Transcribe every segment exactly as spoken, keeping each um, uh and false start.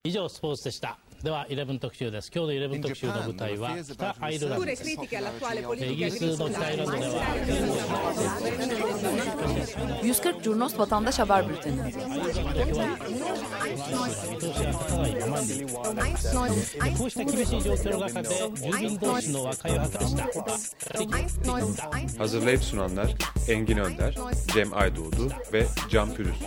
以上スポーツでした。ではじゅういち特集です。今日のじゅういち特集の舞台は北アイルランドです。イギリスの北アイルランドでは yüz kırk Curnos Vatandaş Haber Bülteni. Hazırlayıp sunanlar Engin Önder, Cem Aydoğdu ve Can Pürüzsüz.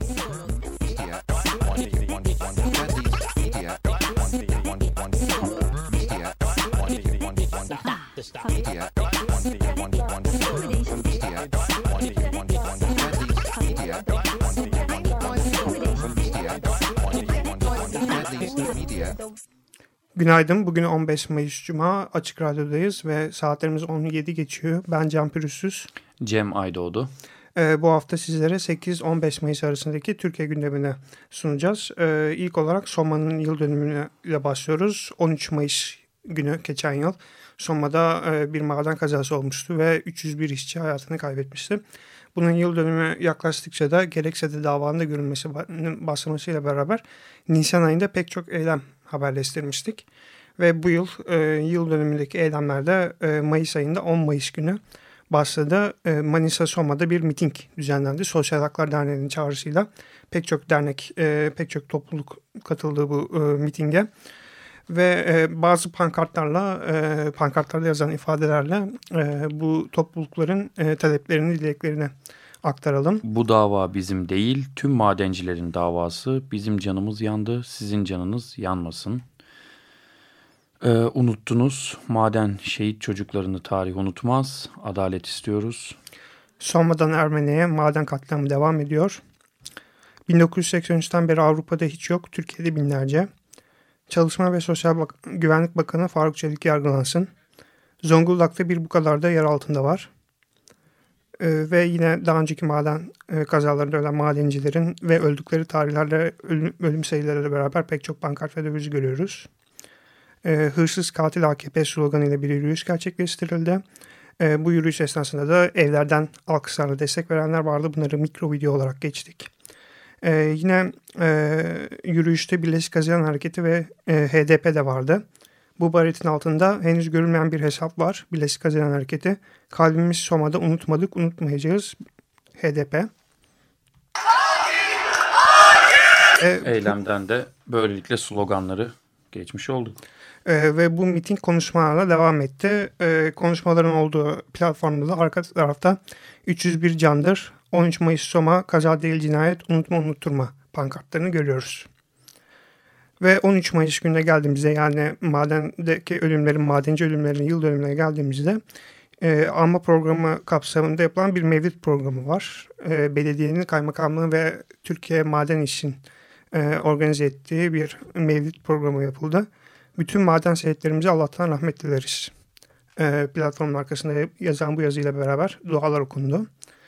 Günaydın. Bugün on beş Mayıs Cuma. Açık Radyo'dayız ve saatlerimiz on yedi geçiyor. Ben Can Pürüzsüz. Cem Aydoğdu. Ee, bu hafta sizlere sekiz on beş Mayıs arasındaki Türkiye gündemini sunacağız. Ee, ilk olarak Soma'nın yıl dönümüyle başlıyoruz. on üç Mayıs günü geçen yıl Soma'da e, bir maden kazası olmuştu ve üç yüz bir işçi hayatını kaybetmişti. Bunun yıl dönümü yaklaştıkça da gerekse de davanın da görülmesi başlamasıyla beraber Nisan ayında pek çok eylem haberleştirmiştik. Ve bu yıl e, yıl dönümündeki eylemlerde e, Mayıs ayında on Mayıs günü başladı. E, Manisa Soma'da bir miting düzenlendi. Sosyal Haklar Derneği'nin çağrısıyla pek çok dernek, e, pek çok topluluk katıldığı bu e, mitinge. Ve e, bazı pankartlarla, e, pankartlarda yazan ifadelerle e, bu toplulukların e, taleplerini, dileklerini aktaralım. Bu dava bizim değil, tüm madencilerin davası. Bizim canımız yandı, sizin canınız yanmasın. Ee, unuttunuz, maden şehit çocuklarını tarih unutmaz. Adalet istiyoruz. Soma'dan Ermeni'ye maden katliamı devam ediyor. bin dokuz yüz seksen üçten beri Avrupa'da hiç yok, Türkiye'de binlerce. Çalışma ve Sosyal Bak- Güvenlik Bakanı Faruk Çelik yargılansın. Zonguldak'ta bir bu kadar da yer altında var. Ee, ve yine daha önceki maden e, kazalarında ölen madencilerin ve öldükleri tarihlerle ölüm, ölüm sayılarıyla beraber pek çok pankart ve döviz görüyoruz. Ee, hırsız katil A K P sloganıyla bir yürüyüş gerçekleştirildi. Ee, bu yürüyüş esnasında da evlerden alkışlarla destek verenler vardı. Bunları mikro video olarak geçtik. Ee, yine e, yürüyüşte Birleşik Haziran Hareketi ve e, H D P de vardı. Bu baretin altında henüz görülmeyen bir hesap var. Birleşik Haziran Hareketi. Kalbimiz Soma'da unutmadık, unutmayacağız. H D P. E, Eylemden de böylelikle sloganları geçmiş olduk. E, ve bu miting konuşmalarla devam etti. E, konuşmaların olduğu platformda da arka tarafta üç yüz bir candır, on üç Mayıs Soma, kaza değil cinayet, unutma unutturma pankartlarını görüyoruz. Ve on üç Mayıs gününe geldiğimizde, yani madendeki ölümlerin, madenci ölümlerin yıl dönümüne geldiğimizde e, anma programı kapsamında yapılan bir mevlid programı var. E, belediyenin, kaymakamlığın ve Türkiye Maden İş'in e, organize ettiği bir mevlid programı yapıldı. Bütün maden şehitlerimize Allah'tan rahmet dileriz. E, platformun arkasında yazan bu yazıyla beraber dualar okundu.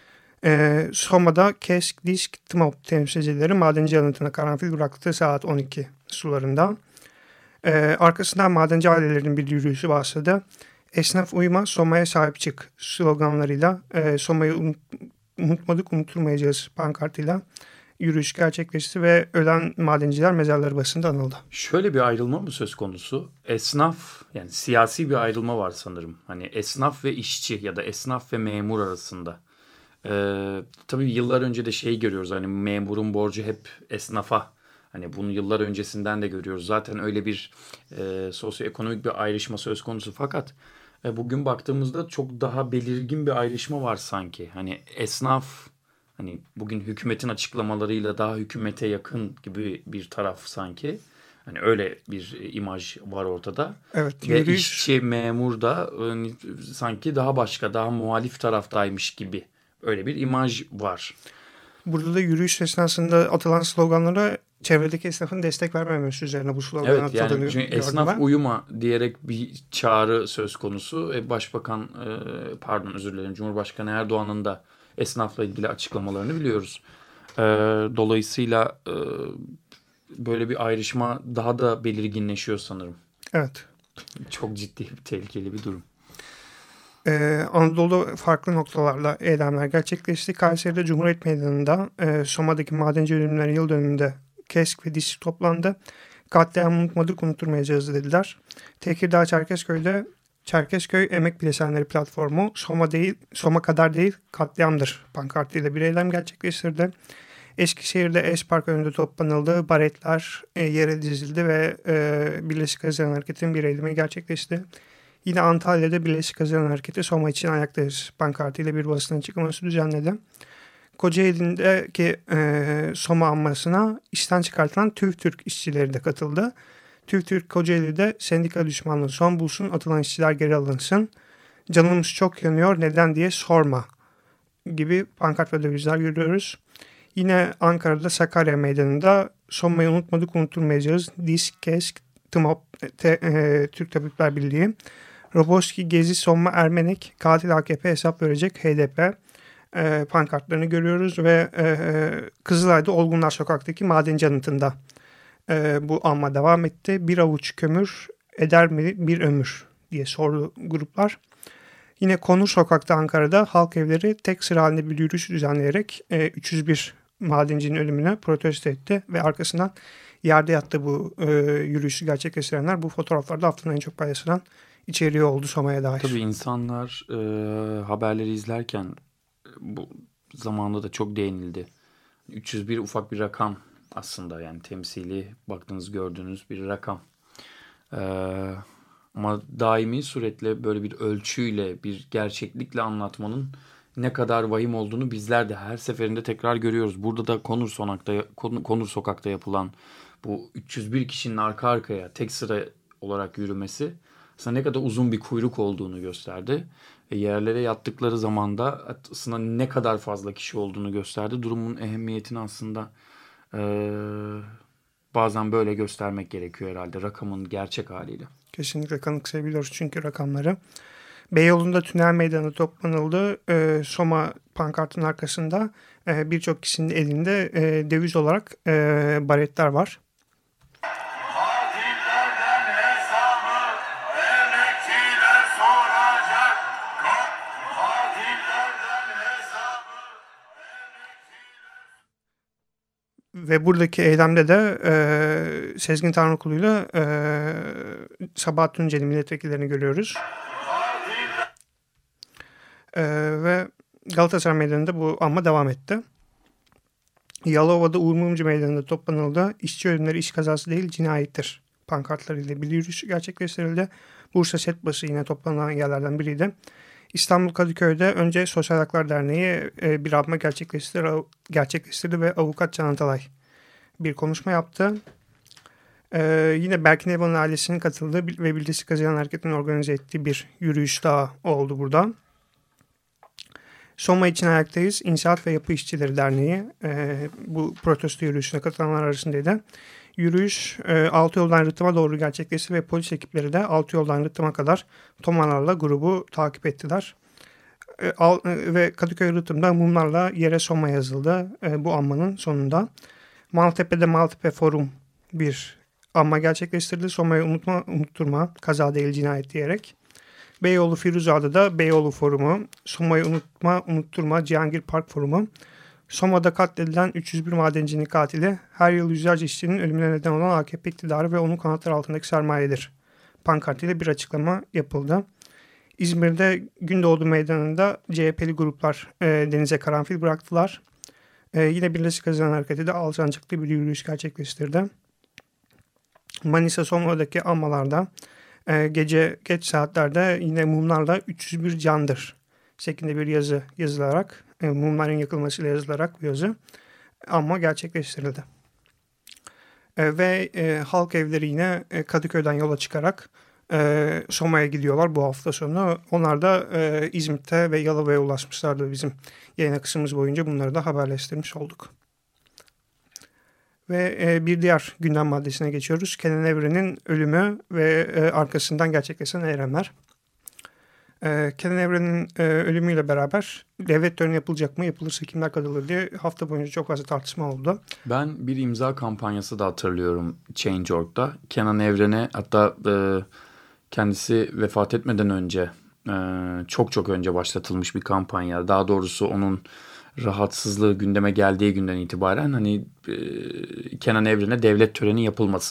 E, Soma'da KESK, DİSK, TMOB temsilcileri madenci anıtına karanfil bıraktı saat on iki sularında. E, arkasından madenci ailelerinin bir yürüyüşü başladı. Esnaf uyma, Soma'ya sahip çık sloganlarıyla e, Soma'yı unut, unutmadık, unutturmayacağız pankartıyla yürüyüş gerçekleşti ve ölen madenciler mezarları başında anıldı. Şöyle bir ayrılma mı söz konusu? Esnaf, yani siyasi bir ayrılma var sanırım. Hani esnaf ve işçi ya da esnaf ve memur arasında. Ee, tabii yıllar önce de şey görüyoruz, hani memurun borcu hep esnafa. Hani bunu yıllar öncesinden de görüyoruz. Zaten öyle bir e, sosyoekonomik bir ayrışma söz konusu. Fakat e, bugün baktığımızda çok daha belirgin bir ayrışma var sanki. Hani esnaf, hani bugün hükümetin açıklamalarıyla daha hükümete yakın gibi bir taraf sanki. Hani öyle bir imaj var ortada. Evet, ve yürüyüş... işçi, memur da e, sanki daha başka, daha muhalif taraftaymış gibi. Öyle bir imaj var. Burada da yürüyüş esnasında atılan sloganlara çevredeki esnafın destek vermemesi üzerine bu slogan evet, atıldığını yani çünkü esnaf ben. uyuma diyerek bir çağrı söz konusu. Başbakan, pardon özür dilerim, Cumhurbaşkanı Erdoğan'ın da esnafla ilgili açıklamalarını biliyoruz. Dolayısıyla böyle bir ayrışma daha da belirginleşiyor sanırım. Evet. Çok ciddi, tehlikeli bir durum. Ee, Anadolu'da farklı noktalarla eylemler gerçekleşti. Kayseri'de Cumhuriyet Meydanı'nda e, Soma'daki madenci ölümleri yıl dönümünde KESK ve DİSK toplandı. Katliamı unutmadık, unutturmayacağız dediler. Tekirdağ Çerkezköy'de Çerkezköy Emek Bileşenleri Platformu Soma değil, Soma kadar değil katliamdır pankartıyla bir eylem gerçekleştirdi. Eskişehir'de Espark önünde toplanıldı, baretler e, yere dizildi ve e, Birleşik Haziran Hareketi'nin bir eylemi gerçekleşti. Yine Antalya'da Birleşik Haziran Hareketi Soma için ayaktayız pankartıyla bir basın açıklaması düzenledi. Kocaeli'ndeki e, Soma anmasına işten çıkartılan TÜVTÜRK işçileri de katıldı. TÜVTÜRK Kocaeli'de sendika düşmanlığı son bulsun, atılan işçiler geri alınsın, canımız çok yanıyor neden diye sorma gibi pankart ve devizler görüyoruz. Yine Ankara'da Sakarya Meydanı'nda Soma'yı unutmadık, unutturmayacağız. DİSK, KESK, TMOP, te, e, Türk Tabipler Birliği, Roboski, Gezi, Soma, Ermenek, Katil A K P hesap verecek H D P e, pankartlarını görüyoruz ve e, Kızılay'da Olgunlar Sokak'taki madenci anıtında e, bu anma devam etti. Bir avuç kömür eder mi bir ömür diye sordu gruplar. Yine Konur Sokak'ta Ankara'da halk evleri tek sıra halinde bir yürüyüş düzenleyerek e, üç yüz bir madencinin ölümüne protesto etti ve arkasından yerde yattı bu e, yürüyüşü gerçekleştirenler. Bu fotoğraflarda haftanın en çok paylaşılan içeriği oldu Soma'ya dair. Tabii insanlar e, haberleri izlerken bu zamanda da çok değinildi. üç yüz bir ufak bir rakam aslında, yani temsili baktığınız gördüğünüz bir rakam. Eee Ama daimi suretle böyle bir ölçüyle, bir gerçeklikle anlatmanın ne kadar vahim olduğunu bizler de her seferinde tekrar görüyoruz. Burada da Konur Sokak'ta, Konur Sokak'ta yapılan bu üç yüz bir kişinin arka arkaya tek sıra olarak yürümesi aslında ne kadar uzun bir kuyruk olduğunu gösterdi. Ve yerlere yattıkları zaman da aslında ne kadar fazla kişi olduğunu gösterdi. Durumun ehemmiyetini aslında ee, bazen böyle göstermek gerekiyor herhalde, rakamın gerçek haliyle. Kesinlikle kanıksayabiliyoruz çünkü rakamları. Beyoğlu'nda Tünel Meydanı toplanıldı. E, Soma pankartının arkasında e, birçok kişinin elinde e, döviz olarak e, baretler var. Ve buradaki eylemde de e, Sezgin Tanrıkulu'yla e, Sabahat Tunceli milletvekillerini görüyoruz. E, ve Galatasaray Meydanı'nda bu anma devam etti. Yalova'da Uğur Mumcu Meydanı'nda toplanıldı. İşçi ölümleri iş kazası değil cinayettir pankartlarıyla bir yürüyüş gerçekleştirildi. Bursa Setbası yine toplanan yerlerden biriydi. İstanbul Kadıköy'de önce Sosyal Haklar Derneği e, bir anma gerçekleştirdi, gerçekleştirdi ve avukat Can Atalay bir konuşma yaptı. Ee, yine Berkin Elvan'ın ailesinin katıldığı ve Birleşik Haziran Hareketi'nin organize ettiği bir yürüyüş daha oldu burada. Soma için ayaktayız. İnşaat ve Yapı İşçileri Derneği e, bu protesto yürüyüşüne katılanlar arasındaydı. Yürüyüş e, Altı Yoldan Rıhtım'a doğru gerçekleşti ve polis ekipleri de Altı Yoldan Rıhtım'a kadar tomalarla grubu takip ettiler. E, al, e, ve Kadıköy Rıhtım'da mumlarla yere Soma yazıldı e, bu anmanın sonunda. Maltepe'de Maltepe Forum bir anma gerçekleştirdi. Soma'yı unutma, unutturma, kaza değil cinayet diyerek. Beyoğlu Firuza'da da Beyoğlu Forumu, Soma'yı unutma, unutturma, Cihangir Park Forumu, Soma'da katledilen üç yüz bir madencinin katili, her yıl yüzlerce işçinin ölümüne neden olan A K P iktidarı ve onun kanatları altındaki sermayedir pankartıyla bir açıklama yapıldı. İzmir'de Gündoğdu Meydanı'nda C H P'li gruplar e, denize karanfil bıraktılar. E, yine Birleşik Haziran Hareketi de Alsancak'ta bir yürüyüş gerçekleştirdi. Manisa Soma'daki anmalarda e, gece geç saatlerde yine mumlarla üç yüz bir candır şeklinde bir yazı yazılarak, e, mumların yakılmasıyla yazılarak bir yazı anma gerçekleştirildi. E, ve e, halk evleri yine e, Kadıköy'den yola çıkarak e, Soma'ya gidiyorlar bu hafta sonu. Onlar da e, İzmit'te ve Yalova'ya ulaşmışlardı bizim yayın akışımız boyunca. Bunları da haberleştirmiş olduk. Ve e, bir diğer gündem maddesine geçiyoruz. Kenan Evren'in ölümü ve e, arkasından gerçekleşen eylemler. E, Kenan Evren'in e, ölümüyle beraber devlet töreni yapılacak mı, yapılırsa kimler katılır diye hafta boyunca çok fazla tartışma oldu. Ben bir imza kampanyası da hatırlıyorum Change nokta org'da. Kenan Evren'e, hatta e, kendisi vefat etmeden önce, e, çok çok önce başlatılmış bir kampanya. Daha doğrusu onun rahatsızlığı gündeme geldiği günden itibaren hani e, Kenan Evren'e devlet töreni yapılmasın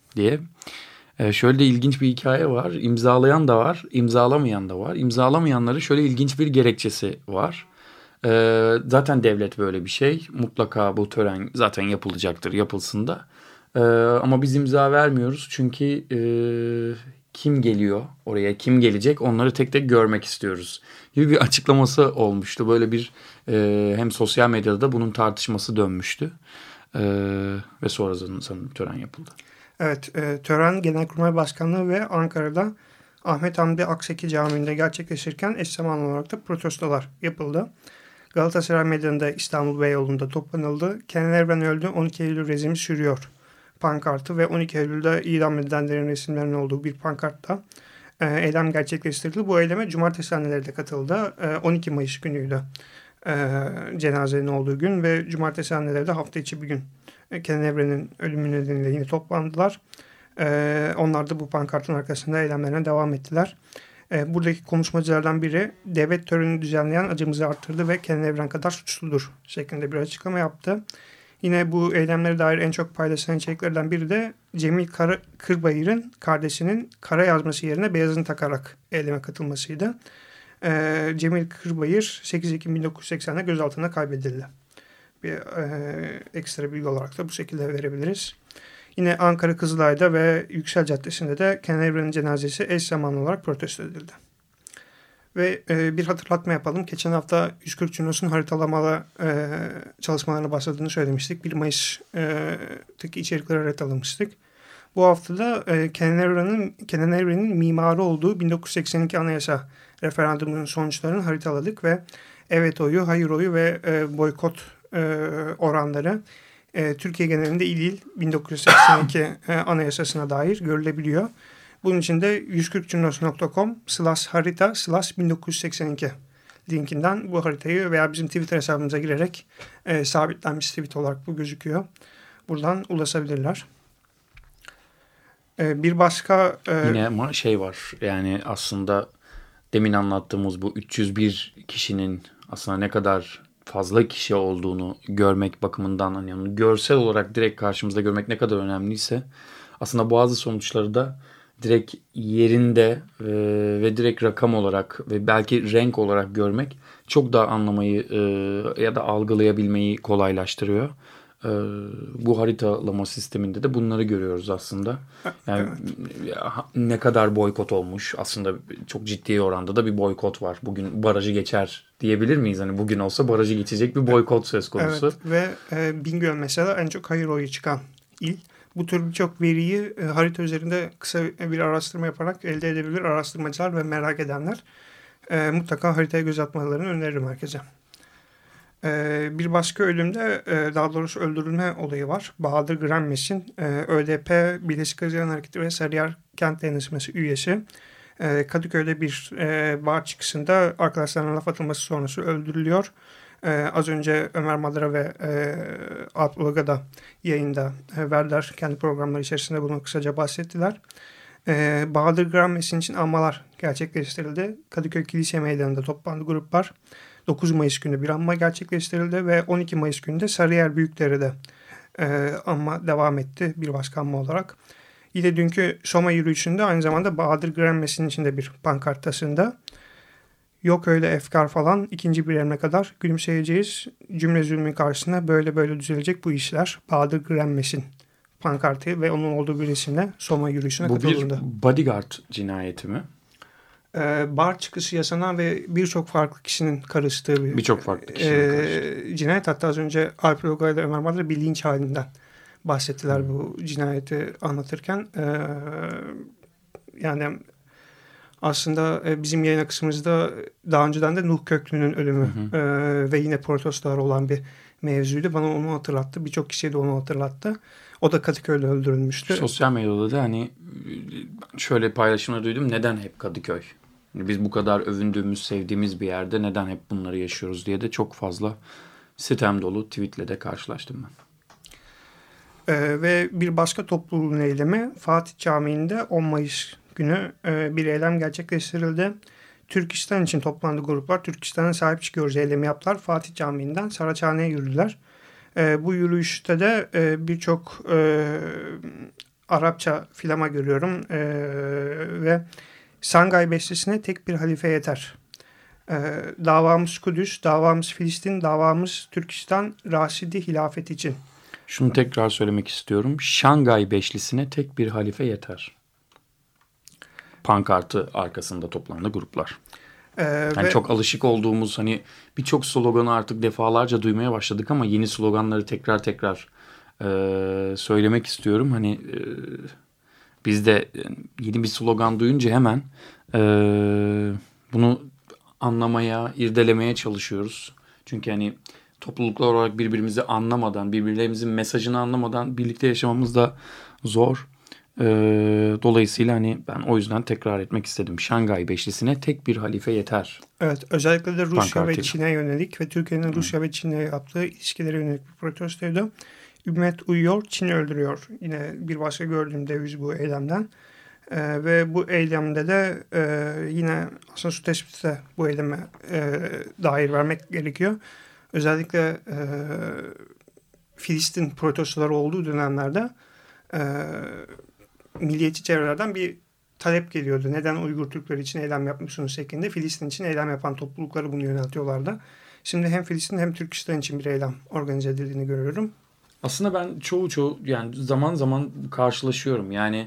diye. Ee, şöyle de ilginç bir hikaye var. İmzalayan da var, imzalamayan da var. İmzalamayanların şöyle ilginç bir gerekçesi var. Ee, zaten devlet böyle bir şey. Mutlaka bu tören zaten yapılacaktır, yapılsın da. Ee, ama biz imza vermiyoruz çünkü e, kim geliyor oraya, kim gelecek onları tek tek görmek istiyoruz gibi bir açıklaması olmuştu. Böyle bir e, hem sosyal medyada da bunun tartışması dönmüştü. E, ve sonra sanırım tören yapıldı. Evet, e, tören Genelkurmay Başkanlığı ve Ankara'da Ahmet Hamdi Akseki Camii'nde gerçekleşirken eş zamanlı olarak da protestolar yapıldı. Galatasaray Meydanı'nda İstanbul Beyoğlu'nda toplanıldı. Kenan Evren öldü, on iki Eylül rejimi sürüyor pankartı ve on iki Eylül'de idam edilenlerin resimlerinin olduğu bir pankartta e, eylem gerçekleştirildi. Bu eyleme cumartesi anneleri de katıldı. E, on iki Mayıs günüydü e, cenazenin olduğu gün ve cumartesi anneleri de hafta içi bir gün. E, Kenan Evren'in ölümü nedeniyle yine toplandılar. E, onlar da bu pankartın arkasında eylemlerine devam ettiler. E, buradaki konuşmacılardan biri devlet törenini düzenleyen acımızı arttırdı ve Kenan Evren kadar suçludur şeklinde bir açıklama yaptı. Yine bu eylemlere dair en çok paylaşılan içeriklerden biri de Cemil Kara, Kırbayır'ın kardeşinin kara yazması yerine beyazını takarak eyleme katılmasıydı. Ee, Cemil Kırbayır sekiz Ekim bin dokuz yüz seksende gözaltına kaybedildi. Bir e, ekstra bilgi olarak da bu şekilde verebiliriz. Yine Ankara Kızılay'da ve Yüksel Caddesi'nde de Kenan Evren'in cenazesi eş zamanlı olarak protesto edildi. Ve e, bir hatırlatma yapalım. Geçen hafta yüz kırk Cunos'un haritalamalı e, çalışmalarına başladığını söylemiştik. bir Mayıs'taki içerikleri haritalamıştık. Bu hafta da e, Kenan Evren'in Kenan Evren'in mimarı olduğu bin dokuz yüz seksen iki Anayasa referandumunun sonuçlarını haritaladık ve evet oyu, hayır oyu ve e, boykot e, oranları e, Türkiye genelinde il il bin dokuz yüz seksen iki e, Anayasasına dair görülebiliyor. Bunun için de yüz kırk cunos nokta com slash harita slash bin dokuz yüz seksen iki linkinden bu haritayı veya bizim Twitter hesabımıza girerek e, sabitlenmiş tweet olarak bu gözüküyor. Buradan ulaşabilirler. E, bir başka... E, Yine ama şey var yani aslında demin anlattığımız bu üç yüz bir kişinin aslında ne kadar fazla kişi olduğunu görmek bakımından hani onu görsel olarak direkt karşımızda görmek ne kadar önemliyse aslında bazı sonuçları da direkt yerinde e, ve direkt rakam olarak ve belki renk olarak görmek çok daha anlamayı e, ya da algılayabilmeyi kolaylaştırıyor. E, bu haritalama sisteminde de bunları görüyoruz aslında. Yani evet. Ne kadar boykot olmuş aslında çok ciddi oranda da bir boykot var. Bugün barajı geçer diyebilir miyiz? Hani bugün olsa barajı geçecek bir boykot söz konusu. Evet ve e, Bingöl mesela en çok hayır oyu çıkan il. Bu tür birçok veriyi e, harita üzerinde kısa bir araştırma yaparak elde edebilir araştırmacılar ve merak edenler. E, mutlaka haritaya göz atmalarını öneririm herkese. E, bir başka ölümde e, daha doğrusu öldürülme olayı var. Bahadır Granmes'in e, ÖDP Birleşik Haziran Hareketi ve Sarıyer Kent Dayanışması üyesi e, Kadıköy'de bir e, bar çıkışında arkadaşlarına laf atılması sonrası öldürülüyor. Ee, az önce Ömer Madra ve e, Alp Ulaga'da yayında e, verdiler. Kendi programları içerisinde bunu kısaca bahsettiler. E, Bahadır Granmes'in için anmalar gerçekleştirildi. Kadıköy Kilise Meydanı'nda toplandı gruplar. dokuz Mayıs günü bir anma gerçekleştirildi ve on iki Mayıs günü de Sarıyer Büyükdere'de e, anma devam etti bir başka anma olarak. Yine dünkü Soma yürüyüşünde aynı zamanda Bahadır Granmes'in içinde bir pankart taşındı. Yok öyle efkar falan ikinci bir emre kadar gülümseyeceğiz. Cümle zulmün karşısında böyle böyle düzelecek bu işler. Bahadır Granmes'in pankartı ve onun olduğu bir resimle Soma yürüyüşüne bu katıldı. Bu bir bodyguard cinayeti mi? Ee, bar çıkışı yasanan ve birçok farklı kişinin karıştığı bir birçok farklı kişinin e, karıştığı cinayet. Hatta az önce Alp Ulagay ile Ömer Madra bir linç halinden bahsettiler hmm. bu cinayeti anlatırken. Ee, yani... Aslında bizim yayın akışımızda daha önceden de Nuh Köklü'nün ölümü hı hı. E, ve yine protestolar olan bir mevzuydu. Bana onu hatırlattı. Birçok kişiye de onu hatırlattı. O da Kadıköy'de öldürülmüştü. Sosyal medyada da hani şöyle paylaşımlar duydum. Neden hep Kadıköy? Biz bu kadar övündüğümüz, sevdiğimiz bir yerde neden hep bunları yaşıyoruz diye de çok fazla sitem dolu tweetle de karşılaştım ben. E, ve bir başka topluluğun eylemi Fatih Camii'nde on Mayıs günü e, bir eylem gerçekleştirildi. Türkistan için toplandı gruplar. Türkistan'a sahip çıkıyoruz eylemi yaptılar. Fatih Camii'nden Saraçhane'ye yürüdüler. E, bu yürüyüşte de e, birçok e, Arapça filama görüyorum e, ve Sangay Beşlisi'ne tek bir halife yeter. E, davamız Kudüs, davamız Filistin, davamız Türkistan, Raşidi hilafet için. Şunu tekrar söylemek istiyorum. Şangay Beşlisi'ne tek bir halife yeter. Pankartı arkasında toplanan gruplar. Ee, yani ve... Çok alışık olduğumuz hani birçok sloganı artık defalarca duymaya başladık ama yeni sloganları tekrar tekrar e, söylemek istiyorum. Hani e, biz de yeni bir slogan duyunca hemen e, bunu anlamaya, irdelemeye çalışıyoruz. Çünkü hani topluluklar olarak birbirimizi anlamadan, birbirlerimizin mesajını anlamadan birlikte yaşamamız da zor. Ee, dolayısıyla hani ben o yüzden tekrar etmek istedim. Şangay Beşlisi'ne tek bir halife yeter. Evet, özellikle de Rusya Pankartıyla. ve Çin'e yönelik ve Türkiye'nin Rusya ve Çin'e yaptığı ilişkilere yönelik bir protestoydu. Ümmet uyuyor, Çin öldürüyor. Yine bir başka gördüğüm deviz bu eylemden. Ee, ve bu eylemde de e, yine aslında su tespiti de bu eyleme e, dair vermek gerekiyor. Özellikle e, Filistin protestoları olduğu dönemlerde e, milliyetçi çevrelerden bir talep geliyordu. Neden Uygur Türkleri için eylem yapmışsınız şeklinde. Filistin için eylem yapan toplulukları bunu yöneltiyorlardı. Şimdi hem Filistin hem Türkistan için bir eylem organize edildiğini görüyorum. Aslında ben çoğu çoğu yani zaman zaman karşılaşıyorum. Yani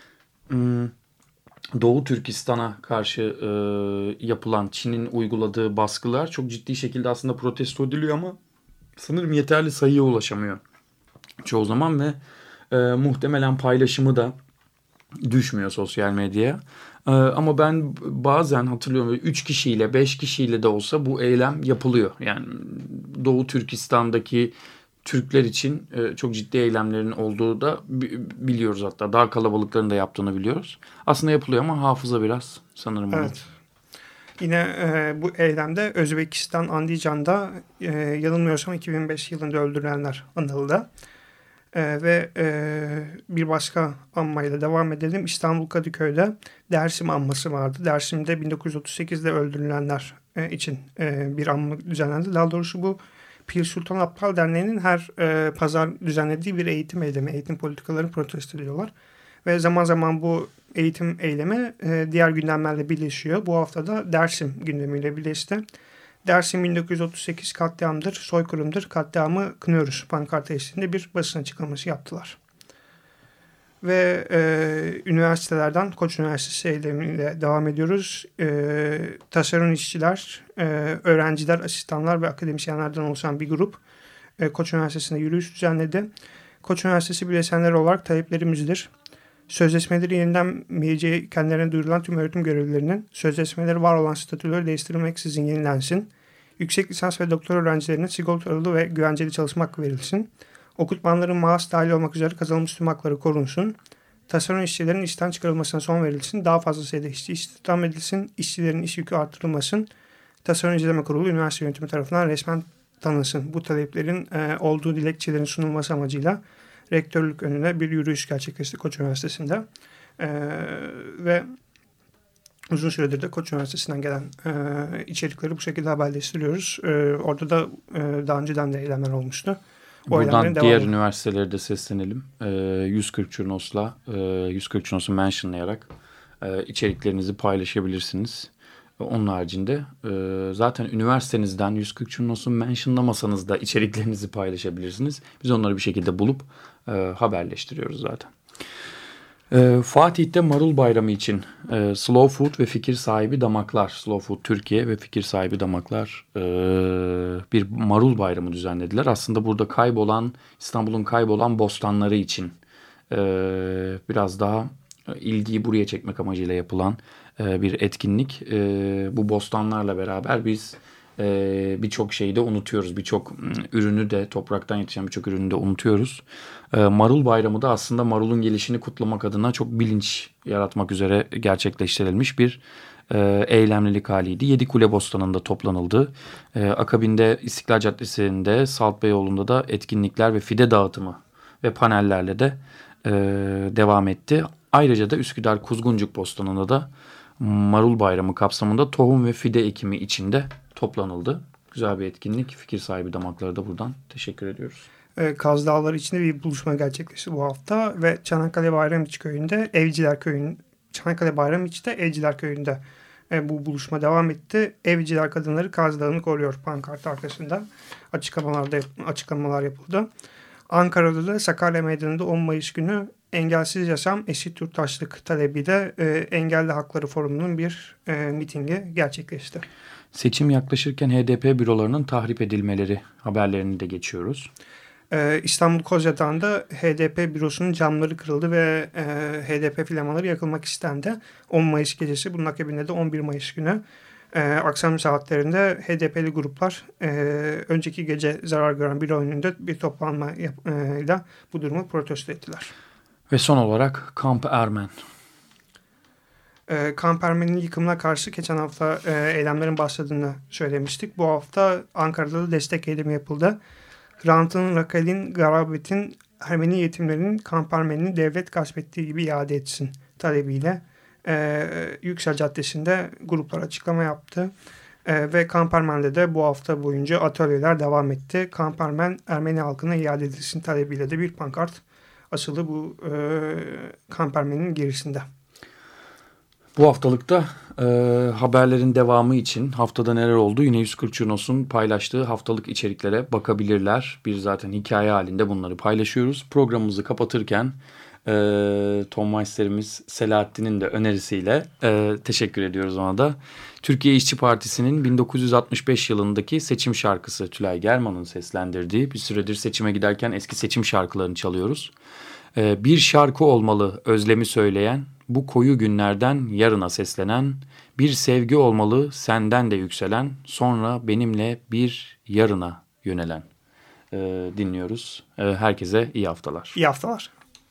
Doğu Türkistan'a karşı e, yapılan Çin'in uyguladığı baskılar çok ciddi şekilde aslında protesto ediliyor ama sanırım yeterli sayıya ulaşamıyor çoğu zaman ve e, muhtemelen paylaşımı da düşmüyor sosyal medyaya. E, ama ben bazen hatırlıyorum üç kişiyle beş kişiyle de olsa bu eylem yapılıyor. Yani Doğu Türkistan'daki Türkler için e, çok ciddi eylemlerin olduğu da biliyoruz, hatta daha kalabalıkların da yaptığını biliyoruz. Aslında yapılıyor ama hafıza biraz sanırım. Evet. Onu. Yine e, bu eylemde Özbekistan Andijan'da e, yanılmıyorsam iki bin beş yılında öldürülenler anıldı. E, ve e, bir başka anmayla devam edelim. İstanbul Kadıköy'de Dersim anması vardı. Dersim'de bin dokuz yüz otuz sekizde öldürülenler e, için e, bir anma düzenlendi. Daha doğrusu bu Pir Sultan Abdal Derneği'nin her e, pazar düzenlediği bir eğitim eylemi, eğitim politikalarını protesto ediyorlar. Ve zaman zaman bu eğitim eylemi e, diğer gündemlerle birleşiyor. Bu hafta da Dersim gündemiyle birleşti. Dersim bin dokuz yüz otuz sekiz katliamdır, soykırımdır, katliamı kınıyoruz pankartı eşliğinde bir basın açıklaması yaptılar. Ve e, üniversitelerden Koç Üniversitesi eylemiyle devam ediyoruz. E, tasarım işçiler, e, öğrenciler, asistanlar ve akademisyenlerden oluşan bir grup e, Koç Üniversitesi'nde yürüyüş düzenledi. Koç Üniversitesi birleşenleri olarak taleplerimizdir. Sözleşmeleri yeniden meyceği kendilerine duyurulan tüm öğretim görevlilerinin sözleşmeleri var olan statüleri değiştirilmeksizin yenilensin. Yüksek lisans ve doktor öğrencilerinin sigortalı ve güvenceli çalışma hakkı verilsin. Okutmanların maaş dahil olmak üzere kazanılmış tüm hakları korunsun. Tasarım işçilerin işten çıkarılmasına son verilsin. Daha fazla sayıda işçi istihdam edilsin. İşçilerin iş yükü artırılmasın. Tasarım İnceleme Kurulu üniversite yönetimi tarafından resmen tanınsın. Bu taleplerin e, olduğu dilekçelerin sunulması amacıyla rektörlük önüne bir yürüyüş gerçekleşti Koç Üniversitesi'nde. E, ve uzun süredir de Koç Üniversitesi'nden gelen e, içerikleri bu şekilde haberleştiriyoruz. E, orada da e, daha önceden de eylemler olmuştu. O Buradan diğer üniversitelere de seslenelim. E, yüz kırk Curnos'la, e, yüz kırk Curnos'u mentionlayarak e, içeriklerinizi paylaşabilirsiniz. Onun haricinde e, zaten üniversitenizden yüz kırk Curnos'u mentionlamasanız da içeriklerinizi paylaşabilirsiniz. Biz onları bir şekilde bulup e, haberleştiriyoruz zaten. E, Fatih'te Marul Bayramı için e, Slow Food ve Fikir Sahibi Damaklar, Slow Food Türkiye ve Fikir Sahibi Damaklar e, bir Marul Bayramı düzenlediler. Aslında burada kaybolan, İstanbul'un kaybolan bostanları için e, biraz daha ilgiyi buraya çekmek amacıyla yapılan e, bir etkinlik. E, bu bostanlarla beraber biz e, birçok şeyi de unutuyoruz. Birçok ürünü de, topraktan yetişen birçok ürünü de unutuyoruz. E, Marul Bayramı da aslında marulun gelişini kutlamak adına çok bilinç yaratmak üzere gerçekleştirilmiş bir e, eylemlilik haliydi. Yedikule Bostanı'nda toplanıldı. E, akabinde İstiklal Caddesi'nde, Salt Beyoğlu'nda da etkinlikler ve fide dağıtımı ve panellerle de e, devam etti. Ayrıca da Üsküdar Kuzguncuk Bostanı'nda da Marul Bayramı kapsamında tohum ve fide ekimi içinde toplanıldı. Güzel bir etkinlik. Fikir Sahibi Damaklara da buradan teşekkür ediyoruz. e, Kaz Dağları içinde bir buluşma gerçekleşti bu hafta ve Çanakkale Bayramiçi köyünde Evciler köyün Çanakkale Bayramiçi'de Evciler köyünde e, bu buluşma devam etti. Evciler kadınları Kaz Dağı'nı koruyor pankart arkasında açıklamalarda açıklamalar yapıldı. Ankara'da da Sakarya Meydanı'nda on Mayıs günü engelsiz yaşam eşit yurttaşlık talebiyle e, Engelli Hakları Forumu'nun bir e, mitingi gerçekleşti. Seçim yaklaşırken H D P bürolarının tahrip edilmeleri haberlerini de geçiyoruz. Ee, İstanbul Kozyatağı'nda H D P bürosunun camları kırıldı ve e, H D P flamaları yakılmak istendi. on Mayıs gecesi, bunun akabinde de on bir Mayıs günü e, akşam saatlerinde H D P'li gruplar e, önceki gece zarar gören büro önünde bir toplanmayla bu durumu protesto ettiler. Ve son olarak Kamp Ermen. E, Kamp Ermen'in yıkımına karşı geçen hafta e, eylemlerin başladığını söylemiştik. Bu hafta Ankara'da da destek eylemi yapıldı. Hrant'ın, Rakel'in, Garabet'in Ermeni yetimlerinin Kamp Ermeni'ni devlet gasp ettiği gibi iade etsin talebiyle e, Yüksel Caddesi'nde gruplar açıklama yaptı. E, ve Kamp Ermen'de de bu hafta boyunca atölyeler devam etti. Kamp Ermen, Ermeni halkına iade edilsin talebiyle de bir pankart asılı bu e, Kamp Ermeni'nin gerisinde. Bu haftalıkta e, haberlerin devamı için haftada neler oldu yine yüz kırk Curnos'un paylaştığı haftalık içeriklere bakabilirler. Bir zaten hikaye halinde bunları paylaşıyoruz. Programımızı kapatırken e, Tom Meister'imiz Selahattin'in de önerisiyle e, teşekkür ediyoruz ona da. Türkiye İşçi Partisi'nin bin dokuz yüz altmış beş yılındaki seçim şarkısı Tülay German'ın seslendirdiği, bir süredir seçime giderken eski seçim şarkılarını çalıyoruz. E, bir şarkı olmalı özlemi söyleyen, bu koyu günlerden yarına seslenen, bir sevgi olmalı senden de yükselen, sonra benimle bir yarına yönelen ee, dinliyoruz. Ee, herkese iyi haftalar. İyi haftalar.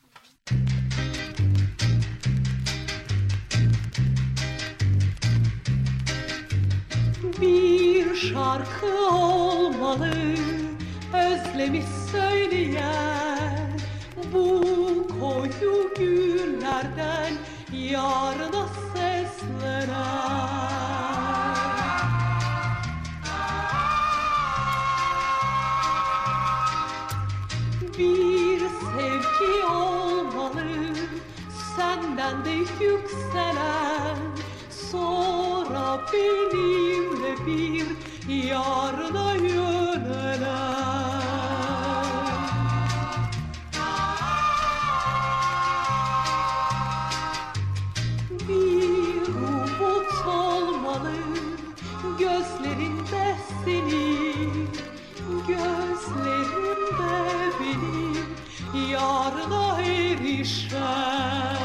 Bir şarkı olmalı özlemi söyleyen, bu koyu günlerden yarına seslenen. Bir sevgi olmalı senden de yükselen, sonra benimle bir yarına yönelen. Gözlerinde senin, gözlerinde benim yarına erişen.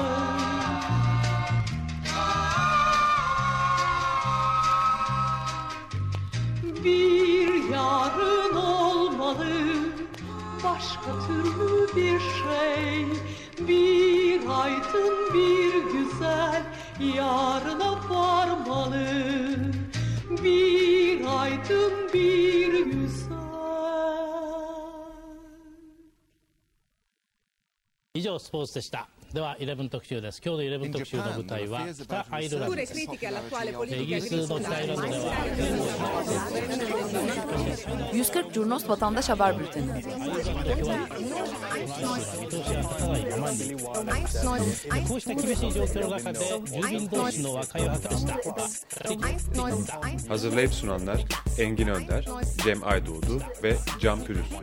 Bir yarın olmalı, başka türlü bir şey, bir aydın bir güzel yarına varmalı. Bir aydın bir güzel. 以上スポーツでした。ではじゅういち特集です。今日のじゅういち特集の舞台は北アイルランドです。イギリスの北アイルランドでは yüz kırk Curnos Vatandaş Haber Bülteni. Hazırlayıp sunanlar Engin Önder, Cem Aydoğdu ve Can Pürüzsüz.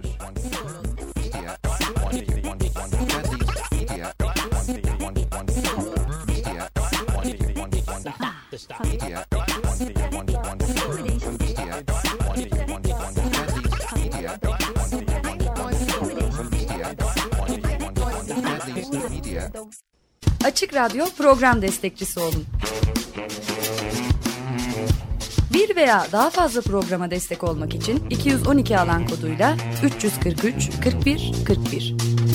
Açık Radyo program destekçisi olun. Bir veya daha fazla programa destek olmak için iki yüz on iki alan koduyla üç yüz kırk üç kırk bir kırk bir